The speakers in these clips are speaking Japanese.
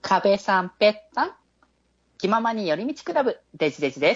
壁さんぺったん気ままに寄り道クラブデジデジです。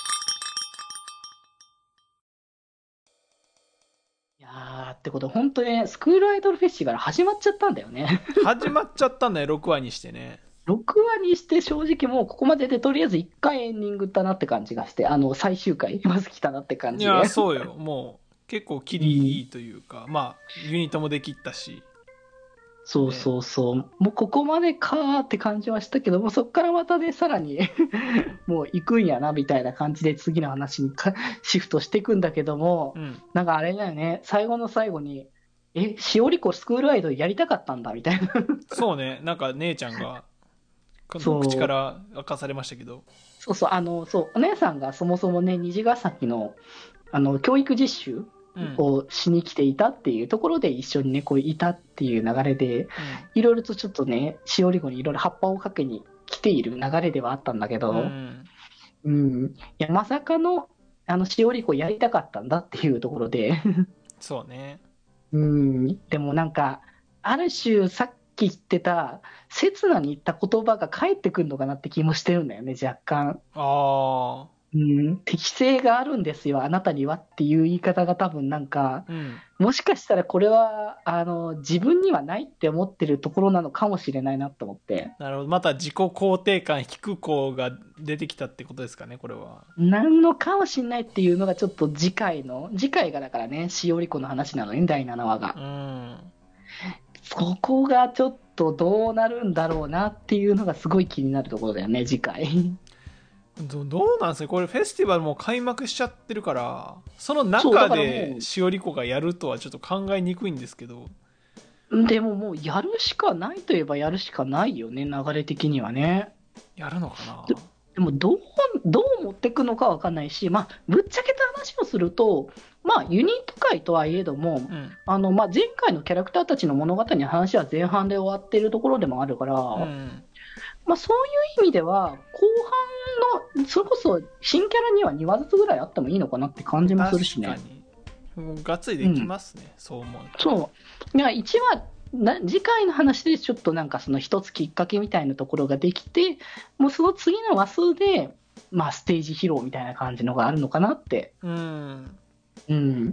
いやってこと本当にスクールアイドルフェスティバル始まっちゃったんだよね。 始まっちゃったんだよ、6話にしてね。 6話にして正直もうここまででとりあえず1回エンディングだなって感じがして、最終回まず来たなって感じで。 いや、そうよ。もう、結構キリいいというか、まあ、ユニットもできったし。 そうそうそう。もうここまでかーって感じはしたけども、そっからまたね、さらにもう行くんやなみたいな感じで次の話にシフトしていくんだけども、 うん。 なんかあれだよね、最後の最後に、しおりこスクールアイドルやりたかったんだみたいな。 そうね、なんか姉ちゃんが、口かそう。 ら明かされましたけど。 そうそう、そう、お姉さんがそもそもね、虹ヶ崎の、教育実習うん。 をしに来ていたっていうところで一緒にね、こういたっていう流れで、いろいろとちょっとね、しおり子にいろいろ葉っぱをかけに来ている流れではあったんだけうん。うど、 ん。 うん、いや、まさかの、しおり子やりたかったんだっていうところで、 そうね。 うん、でもなんか、ある種さっき言ってた、刹那に言った言葉が返ってくるのかなって気もしてるんだよね、若干。 ああ。 うん、適性があるんですよ、あなたにはっていう言い方が多分なんか、 うん。 もしかしたらこれは、自分にはないって思ってるところなのかもしれないなと思って。 なるほど。また自己肯定感低く子が出てきたってことですかね、これは。 なんのかもしれないっていうのがちょっと次回がだからね、しおり子の話なのに、第7話が。 うん。 そこがちょっとどうなるんだろうなっていうのがすごい気になるところだよね、次回。 どうなんですかこれフェスティバルもう開幕しちゃってるから、そのそう、だ中からもでしおり子がやるとはちょっと考えにくいんですけど。 でももうやるしかないといえばやるしかないよね、流れ的にはね。 やるのかでな。 でもどう持っていくのかわかんないし、まあ、ぶっちゃけた話をすると、まあ、ユニット界とはいえども、 うん。 まあ、前回のキャラクターたちの物語の話は前半で終わっているところでもあるから、 うん。 まあ、そういう意味では、後半の、それこそ新キャラには2話ずつぐらいあってもいいのかなって感じもするしね。 確かに。がっつりできうん。 ますね。そう思うと。 そう。いや、1話、次回の話でちょっとなんかその一つきっかけみたいなところができて、もうその次の話数で、まあステージ披露みたいな感じのがあるのかなって、 うん。 うん、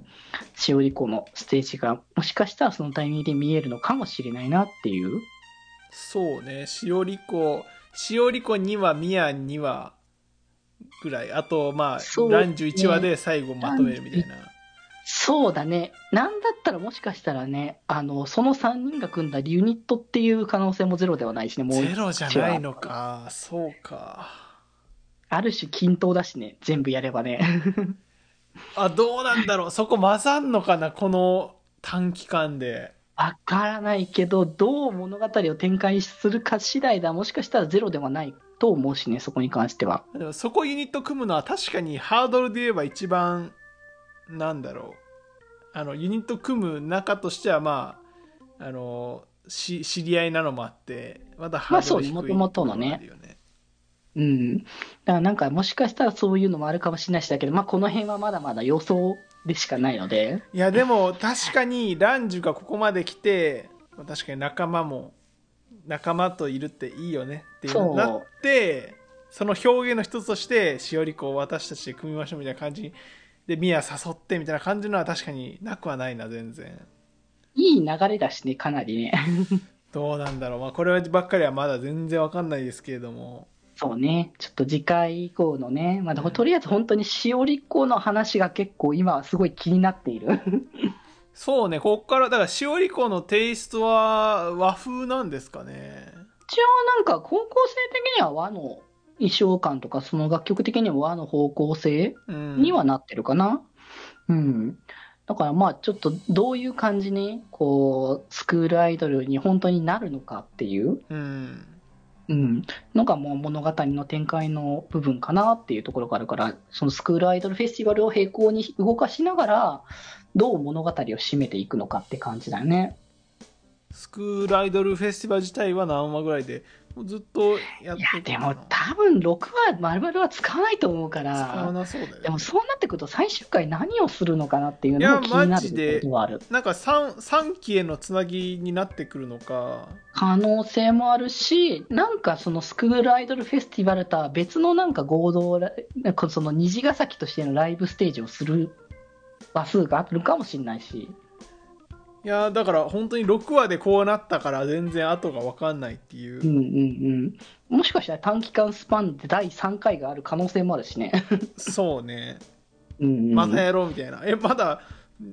しおり子のステージがもしかしたらそのタイミングで見えるのかもしれないなっていう。 そうね。しおり子2話、みや2話ぐらい。あと、まあ、 そうランジュ1話ね。 で最後まとめるみたいな。 そうだね。なんだったらもしかしたらね、その3人が組んだユニットっていう可能性もゼロではないしね、もうゼロじゃ一話。 ないのか。そうか。 ある種均等だしね、全部やればね。 あ、どうなんだろう。そこ混ざんのかなこの短期間で。 わからないけど、どう物語を展開するか次第だ。もしかしたらゼロではないと思うしね、そこに関しては。 でもそこユニット組むのは確かにハードルで言えば一番、なんだろう。ユニット組む中としては、まあ、知り合いなのもあって、まだハードルまあそうね、もとも低いとことのね。 ろはあるよね。 うん。だからなんかもしかしたらそういうのもあるかもしれないしだけど、まあこの辺はまだまだ予想でしかないので。 いや、でも確かにランジュがここまで来て、確かに仲間といるっていいよねっていうなっそて、その表現の一つとして、しおり子を私たちで組みましょうみたいな感じで、ミヤ誘ってみたいな感じのは確かになくはないな、全然。 う。いい流れだしね、かなりね。 どうなんだろう。まあ、こればっかりはまだ全然わかんないですけれども。 そうね。ちょっと次回以降のね、まあ、 うん。 とりあえず本当にしおりっ子の話が結構今はすごい気になっている。 そうね、こっから、だから、しおり子のテイストは和風なんですかね。 一応なんか高校生的には和の衣装感とかその楽曲的には和の方向性うん。 にはなってるかな。うん。だからまあちょっとどういう感じにこうスクールアイドルに本当になるのかっていう、 うん。 うん、のがもう物語の展開の部分かなっていうところがあるから、そのスクールアイドルフェスティバルを並行に動かしながらどう物語を締めていくのかって感じだよね。 スクールアイドルフェスティバル自体は何話ぐらいで、もうずっとやっていや、 るのかな。 でも多分6話丸々は使わないと思うか使わら、 なそうだよね。 でもそうなってくると最終回何をするのかなっていういやのも気になマるこジでとはある。 なんか 3期へのつなぎになってくるのか。 可能性もあるし、なんかそのスクールアイドルフェスティバルとは別のなんか合同なんかその虹ヶ崎としてのライブステージをする話数があるかもしれないし。 いやだから本当に6話でこうなったから全然後が分かんないっていう、 うんうんうん。もしかしたら短期間スパンで第3回がある可能性もあるしね。 そうね、 うんうん、 またやろうみたいな、まだ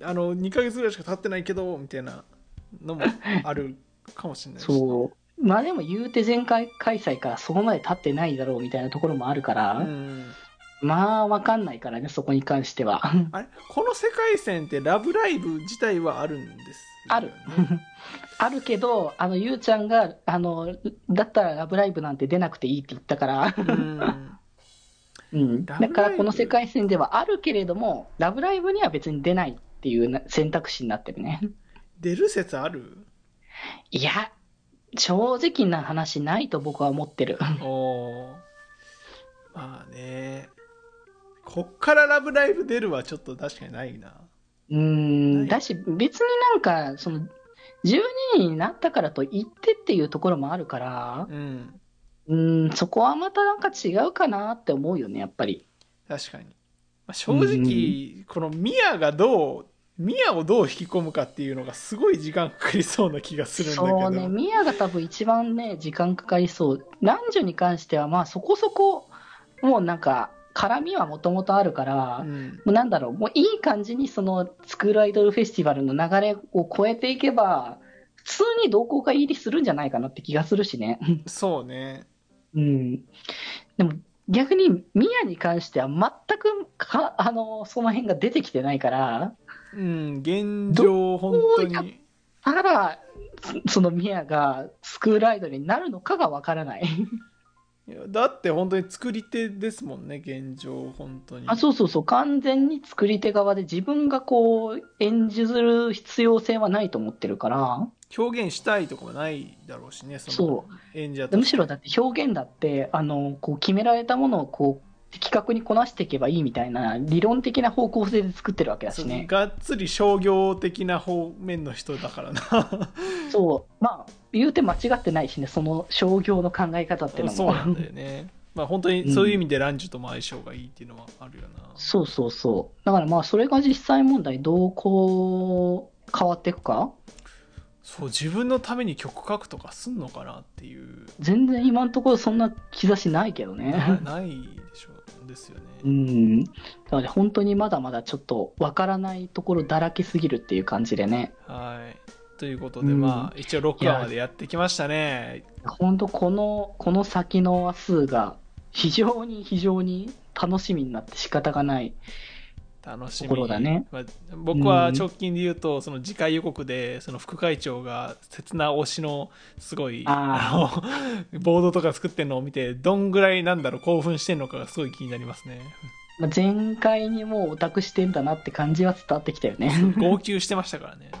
2ヶ月ぐらいしか経ってないけどみたいなのもあるかもしれないし、ね、 そう。まあでも言うて前回開催からそこまで経ってないだろうみたいなところもあるから、まあわかんないからね、そこに関しては。 あれこの世界線ってラブライブ自体はあるんですよね。 ある。あるけど、ゆうちゃんが、だったらラブライブなんて出なくていいって言ったから。うん。だからこの世界線ではあるけれども、ラブライブには別に出ないっていう選択肢になってるね。 出る説ある？ いや、正直な話ないと僕は思ってる。 おー、まあね、こっからラブライブ出るはちょっと確かにないな。 だし別になんかその12人になったからと言ってっていうところもあるから、そこはまたなんか違うかなって思うよね、やっぱり。 確かに、まあ、正直、このミアをどう引き込むかっていうのがすごい時間かかりそうな気がするんだけど。 そうね、ミアが多分一番ね時間かかりそう。男女に関してはまあそこそこもうなんか絡みはもともとあるから、もうなんだろう、もういい感じにそのスクールアイドルフェスティバルの流れを超えていけば普通に同好会入りするんじゃないかなって気がするしね。 そうね。 でも逆にミアに関しては全くその辺が出てきてないから、 現状本当にだからそのミアがスクールアイドルになるのかがわからない。 いやだって本当に作り手ですもんね、現状本当に。 そう完全に作り手側で自分がこう演じる必要性はないと思ってるから。 表現したいとかもないだろうしね、その演者として。 むしろだって表現だってこう決められたものをこう的確にこなしていけばいいみたいな理論的な方向性で作ってるわけだしね。 がっつり商業的な方面の人だからな。 そうまあ言うて間違ってないしね、その商業の考え方っていうのも。 そうなんだよね。まあ本当にそういう意味でランジュとも相性がいいっていうのはあるよな。 そうだからまあそれが実際問題どうこう変わっていくか。 そう自分のために曲書くとかすんのかなっていう。 全然今のところそんな兆しないけどね。 ないでしょですよね。 だから本当にまだまだちょっとわからないところだらけすぎるっていう感じでね。 はい。ということで、まあ一応6話までやってきましたね。 本当この先の話数が非常に楽しみになって仕方がない楽しみところだね。 まあ、僕は直近で言うと、その次回予告でその副会長が切な推しのすごいボードとか作ってるのを見てどんぐらいなんだろう興奮してるのかがすごい気になりますね。 前回にもうオタクしてんだなって感じは伝わってきたよね。 号泣してましたからね。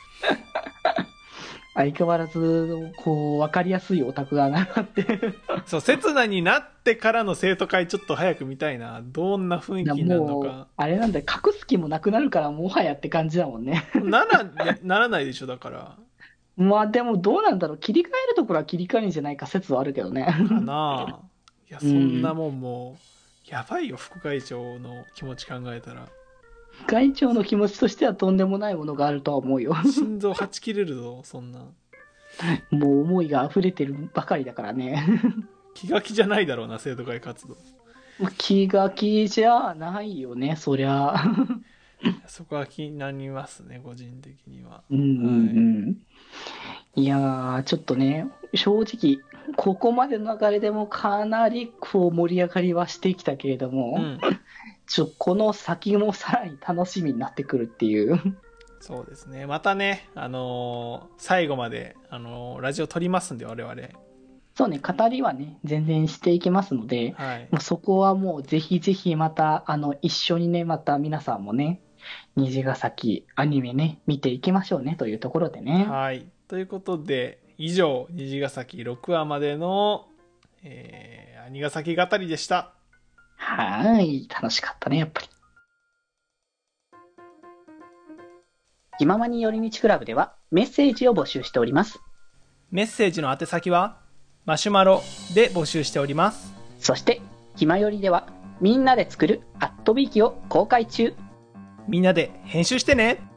相変わらずこう分かりやすいオタクがなってそう刹那になってからの生徒会ちょっと早く見たいな。どんな雰囲気になるのか。 あれなんだよ、隠す気もなくなるからもはやって感じだもんね。 ならないでしょだから。 まあでもどうなんだろう、切り替えるところは切り替えるんじゃないか説はあるけどね。 かな。いやそんなもんもうやばいよ、副会長の気持ち考えたら。 会長の気持ちとしてはとんでもないものがあるとは思うよ。 心臓はち切れるぞそんな。 もう思いが溢れてるばかりだからね。 気が気じゃないだろうな生徒会活動。 気が気じゃないよねそりゃ。 そこは気になりますね個人的には。 いやーちょっとね正直ここまでの流れでもかなりこう盛り上がりはしてきたけれども、この先もさらに楽しみになってくるっていう。 そうですね。またね、最後まで、ラジオ撮りますんで、我々。 そうね、語りはね、全然していきますので、もうそこはもうぜひぜひまた、一緒にね、また皆さんもね、虹ヶ崎アニメね、見ていきましょうね、というところでね。 はい。 ということで、以上、虹ヶ崎6話までの、兄ヶ崎語りでした。 はい、楽しかったね、やっぱり。気ままに寄り道クラブではメッセージを募集しております。 メッセージの宛先はマシュマロで募集しております。 そして気まよりではみんなで作るアットビーキを公開中。 みんなで編集してね。